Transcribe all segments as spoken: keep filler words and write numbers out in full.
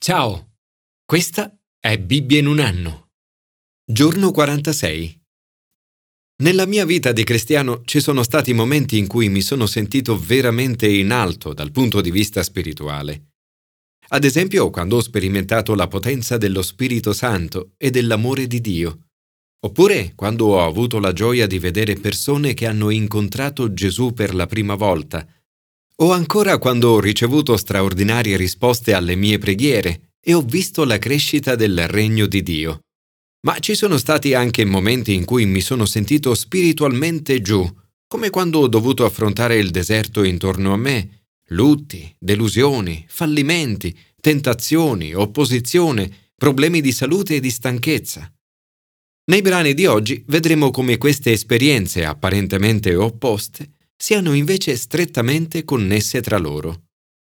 Ciao, questa è Bibbia in un anno. Giorno quarantasei. Nella mia vita di cristiano ci sono stati momenti in cui mi sono sentito veramente in alto dal punto di vista spirituale. Ad esempio, quando ho sperimentato la potenza dello Spirito Santo e dell'amore di Dio. Oppure quando ho avuto la gioia di vedere persone che hanno incontrato Gesù per la prima volta. O ancora quando ho ricevuto straordinarie risposte alle mie preghiere e ho visto la crescita del regno di Dio. Ma ci sono stati anche momenti in cui mi sono sentito spiritualmente giù, come quando ho dovuto affrontare il deserto intorno a me, lutti, delusioni, fallimenti, tentazioni, opposizione, problemi di salute e di stanchezza. Nei brani di oggi vedremo come queste esperienze apparentemente opposte siano invece strettamente connesse tra loro.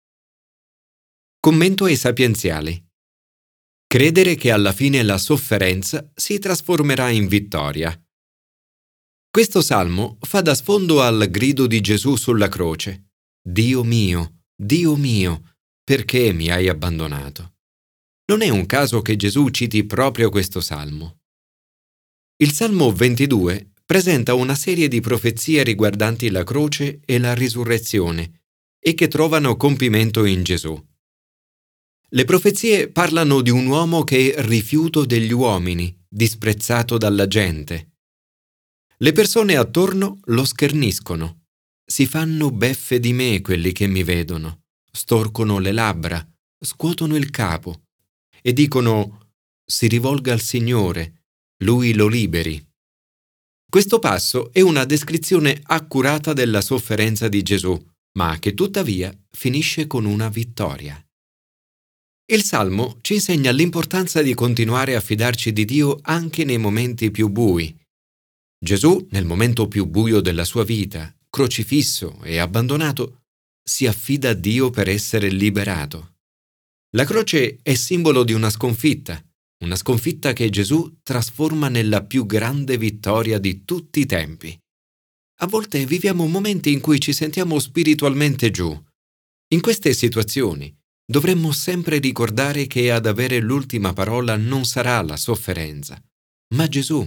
Commento ai sapienziali. Credere che alla fine la sofferenza si trasformerà in vittoria. Questo salmo fa da sfondo al grido di Gesù sulla croce. Dio mio, Dio mio, perché mi hai abbandonato? Non è un caso che Gesù citi proprio questo salmo. Il Salmo ventidue presenta una serie di profezie riguardanti la croce e la risurrezione e che trovano compimento in Gesù. Le profezie parlano di un uomo che è rifiuto degli uomini, disprezzato dalla gente. Le persone attorno lo scherniscono. Si fanno beffe di me quelli che mi vedono, storcono le labbra, scuotono il capo e dicono: si rivolga al Signore, Lui lo liberi. Questo passo è una descrizione accurata della sofferenza di Gesù, ma che tuttavia finisce con una vittoria. Il Salmo ci insegna l'importanza di continuare a fidarci di Dio anche nei momenti più bui. Gesù, nel momento più buio della sua vita, crocifisso e abbandonato, si affida a Dio per essere liberato. La croce è simbolo di una sconfitta, una sconfitta che Gesù trasforma nella più grande vittoria di tutti i tempi. A volte viviamo momenti in cui ci sentiamo spiritualmente giù. In queste situazioni dovremmo sempre ricordare che ad avere l'ultima parola non sarà la sofferenza, ma Gesù.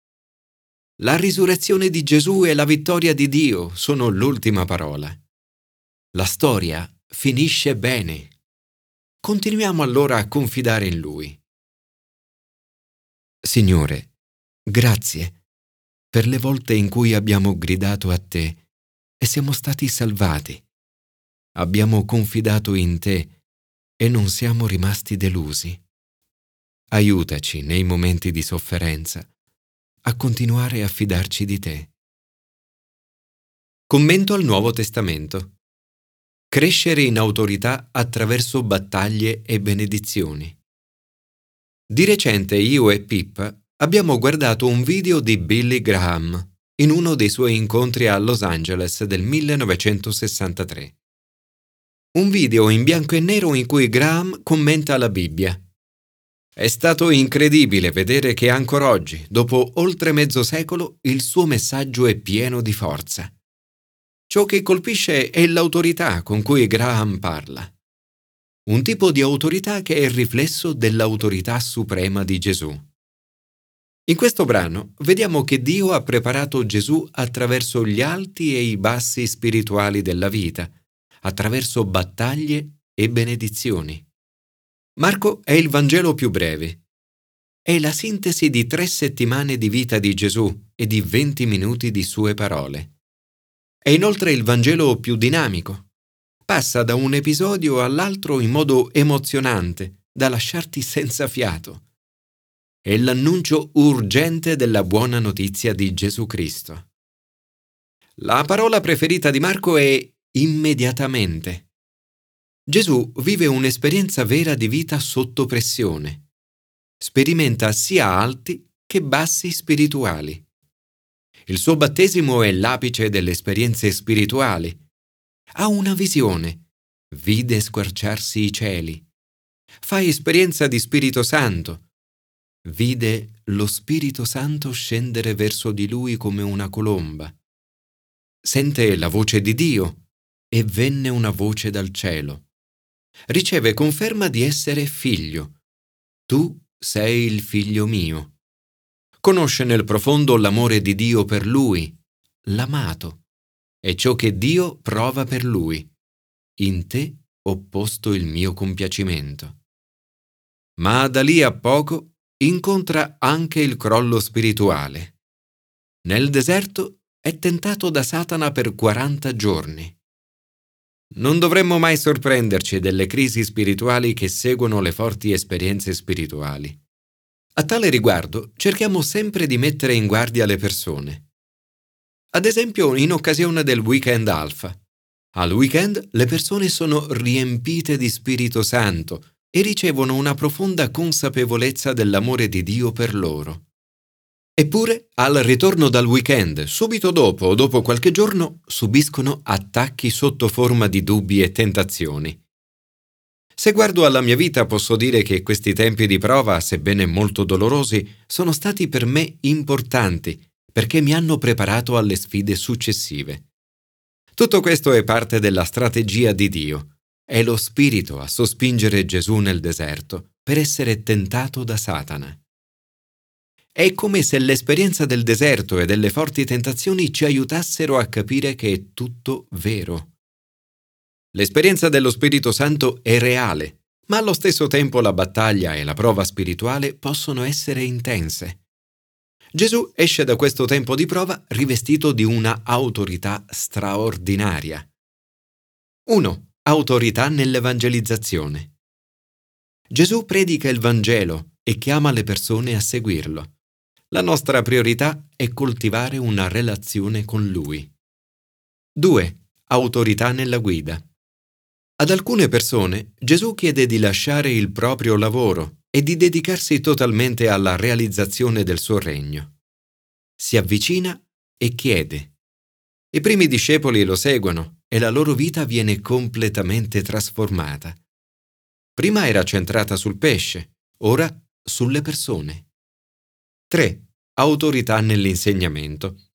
La risurrezione di Gesù e la vittoria di Dio sono l'ultima parola. La storia finisce bene. Continuiamo allora a confidare in Lui. Signore, grazie per le volte in cui abbiamo gridato a Te e siamo stati salvati. Abbiamo confidato in Te e non siamo rimasti delusi. Aiutaci nei momenti di sofferenza a continuare a fidarci di Te. Commento al Nuovo Testamento. Crescere in autorità attraverso battaglie e benedizioni. Di recente io e Pippa abbiamo guardato un video di Billy Graham in uno dei suoi incontri a Los Angeles del millenovecentosessantatré. Un video in bianco e nero in cui Graham commenta la Bibbia. È stato incredibile vedere che ancora oggi, dopo oltre mezzo secolo, il suo messaggio è pieno di forza. Ciò che colpisce è l'autorità con cui Graham parla. Un tipo di autorità che è il riflesso dell'autorità suprema di Gesù. In questo brano vediamo che Dio ha preparato Gesù attraverso gli alti e i bassi spirituali della vita, attraverso battaglie e benedizioni. Marco è il Vangelo più breve. È la sintesi di tre settimane di vita di Gesù e di venti minuti di sue parole. È inoltre il Vangelo più dinamico. Passa da un episodio all'altro in modo emozionante, da lasciarti senza fiato. È l'annuncio urgente della buona notizia di Gesù Cristo. La parola preferita di Marco è immediatamente. Gesù vive un'esperienza vera di vita sotto pressione. Sperimenta sia alti che bassi spirituali. Il suo battesimo è l'apice delle esperienze spirituali. Ha una visione, vide squarciarsi i cieli. Fa esperienza di Spirito Santo. Vide lo Spirito Santo scendere verso di lui come una colomba. Sente la voce di Dio e venne una voce dal cielo. riceve conferma di essere figlio. Tu sei il figlio mio. Conosce nel profondo l'amore di Dio per lui, l'amato, e ciò che Dio prova per lui. In te ho posto il mio compiacimento. Ma da lì a poco incontra anche il crollo spirituale. Nel deserto è tentato da Satana per quaranta giorni. Non dovremmo mai sorprenderci delle crisi spirituali che seguono le forti esperienze spirituali. A tale riguardo, cerchiamo sempre di mettere in guardia le persone. Ad esempio, in occasione del weekend alfa. Al weekend le persone sono riempite di Spirito Santo e ricevono una profonda consapevolezza dell'amore di Dio per loro. Eppure, al ritorno dal weekend, subito dopo o dopo qualche giorno, subiscono attacchi sotto forma di dubbi e tentazioni. Se guardo alla mia vita, posso dire che questi tempi di prova, sebbene molto dolorosi, sono stati per me importanti, perché mi hanno preparato alle sfide successive. Tutto questo è parte della strategia di Dio. È lo Spirito a sospingere Gesù nel deserto per essere tentato da Satana. È come se l'esperienza del deserto e delle forti tentazioni ci aiutassero a capire che è tutto vero. L'esperienza dello Spirito Santo è reale, ma allo stesso tempo la battaglia e la prova spirituale possono essere intense. Gesù esce da questo tempo di prova rivestito di una autorità straordinaria. uno. Autorità nell'evangelizzazione. Gesù predica il Vangelo e chiama le persone a seguirlo. La nostra priorità è coltivare una relazione con Lui. due. Autorità nella guida. Ad alcune persone Gesù chiede di lasciare il proprio lavoro e di dedicarsi totalmente alla realizzazione del suo regno. Si avvicina e chiede. I primi discepoli lo seguono e la loro vita viene completamente trasformata. Prima era centrata sul pesce, ora sulle persone. tre. Autorità nell'insegnamento.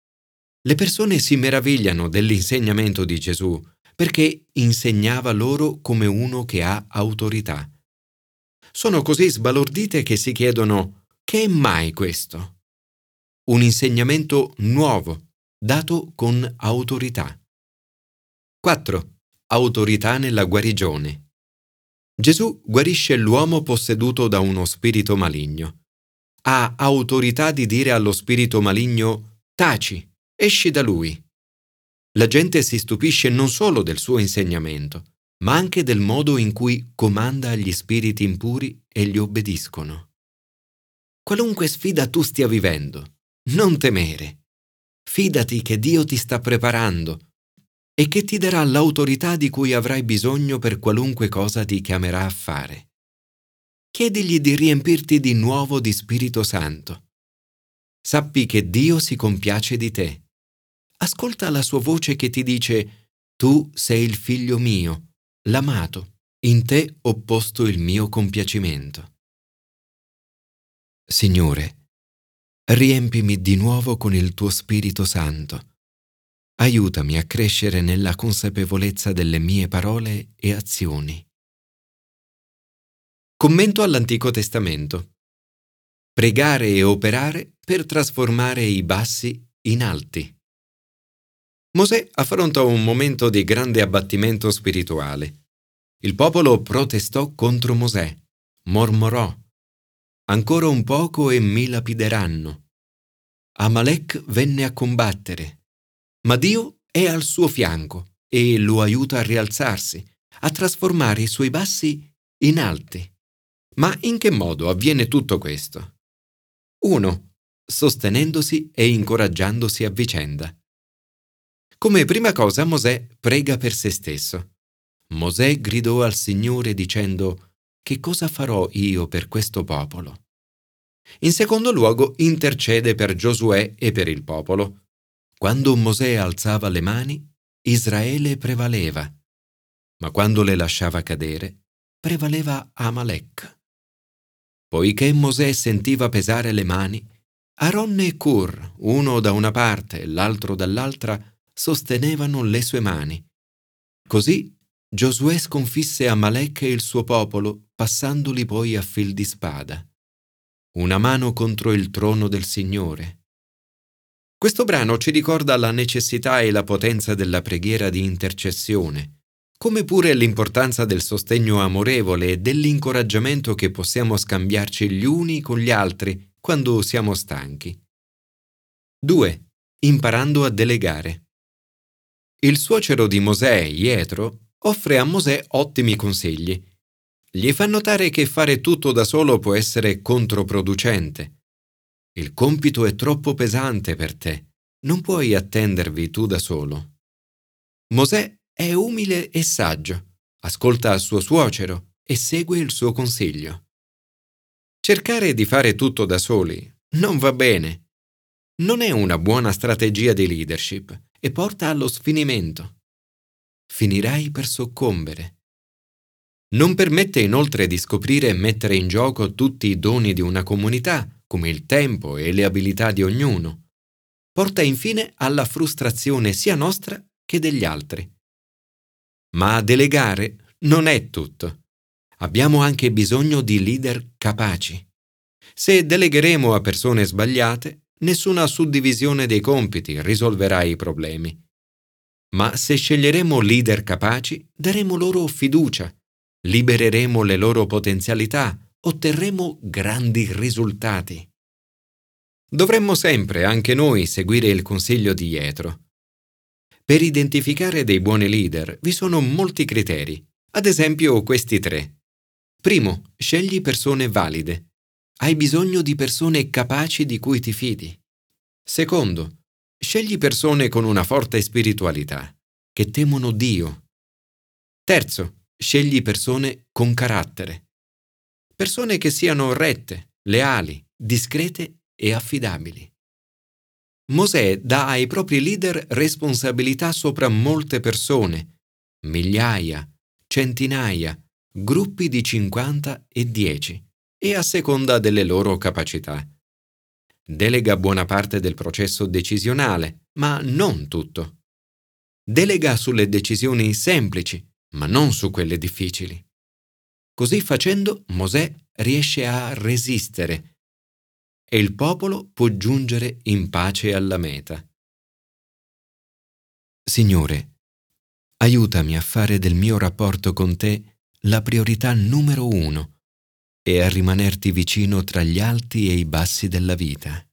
Le persone si meravigliano dell'insegnamento di Gesù perché insegnava loro come uno che ha autorità. Sono così sbalordite che si chiedono: che è mai questo? Un insegnamento nuovo, dato con autorità. quattro. Autorità nella guarigione. Gesù guarisce l'uomo posseduto da uno spirito maligno. Ha autorità di dire allo spirito maligno: taci, esci da lui. La gente si stupisce non solo del suo insegnamento, ma anche del modo in cui comanda agli spiriti impuri e gli obbediscono. Qualunque sfida tu stia vivendo, non temere. Fidati che Dio ti sta preparando e che ti darà l'autorità di cui avrai bisogno per qualunque cosa ti chiamerà a fare. Chiedigli di riempirti di nuovo di Spirito Santo. Sappi che Dio si compiace di te. Ascolta la sua voce che ti dice: tu sei il figlio mio, l'amato, in te ho posto il mio compiacimento. Signore, riempimi di nuovo con il tuo Spirito Santo. Aiutami a crescere nella consapevolezza delle mie parole e azioni. Commento all'Antico Testamento. Pregare e operare per trasformare i bassi in alti. Mosè affrontò un momento di grande abbattimento spirituale. Il popolo protestò contro Mosè, mormorò: ancora un poco e mi lapideranno. Amalek venne a combattere, ma Dio è al suo fianco e lo aiuta a rialzarsi, a trasformare i suoi bassi in alti. Ma in che modo avviene tutto questo? uno. Sostenendosi e incoraggiandosi a vicenda. Come prima cosa Mosè prega per se stesso. Mosè gridò al Signore dicendo: che cosa farò io per questo popolo? In secondo luogo intercede per Giosuè e per il popolo. Quando Mosè alzava le mani, Israele prevaleva, ma quando le lasciava cadere, prevaleva Amalek. Poiché Mosè sentiva pesare le mani, Aaron e Cur, uno da una parte e l'altro dall'altra, sostenevano le sue mani. Così Giosuè sconfisse Amalek e il suo popolo, passandoli poi a fil di spada. Una mano contro il trono del Signore. Questo brano ci ricorda la necessità e la potenza della preghiera di intercessione, come pure l'importanza del sostegno amorevole e dell'incoraggiamento che possiamo scambiarci gli uni con gli altri quando siamo stanchi. due. Imparando a delegare. Il suocero di Mosè, Jetro, offre a Mosè ottimi consigli. Gli fa notare che fare tutto da solo può essere controproducente. Il compito è troppo pesante per te, non puoi attendervi tu da solo. Mosè è umile e saggio, ascolta il suo suocero e segue il suo consiglio. Cercare di fare tutto da soli non va bene. Non è una buona strategia di leadership e porta allo sfinimento. Finirai per soccombere. Non permette inoltre di scoprire e mettere in gioco tutti i doni di una comunità, come il tempo e le abilità di ognuno. Porta infine alla frustrazione sia nostra che degli altri. Ma delegare non è tutto. Abbiamo anche bisogno di leader capaci. Se delegheremo a persone sbagliate, nessuna suddivisione dei compiti risolverà i problemi. Ma se sceglieremo leader capaci, daremo loro fiducia, libereremo le loro potenzialità, otterremo grandi risultati. Dovremmo sempre, anche noi, seguire il consiglio di Jetro. Per identificare dei buoni leader vi sono molti criteri, ad esempio questi tre. Primo, scegli persone valide. Hai bisogno di persone capaci di cui ti fidi. Secondo, scegli persone con una forte spiritualità, che temono Dio. Terzo, scegli persone con carattere. Persone che siano rette, leali, discrete e affidabili. Mosè dà ai propri leader responsabilità sopra molte persone, migliaia, centinaia, gruppi di cinquanta e dieci, e a seconda delle loro capacità. Delega buona parte del processo decisionale, ma non tutto. Delega sulle decisioni semplici, ma non su quelle difficili. Così facendo, Mosè riesce a resistere e il popolo può giungere in pace alla meta. Signore, aiutami a fare del mio rapporto con te la priorità numero uno e a rimanerti vicino tra gli alti e i bassi della vita.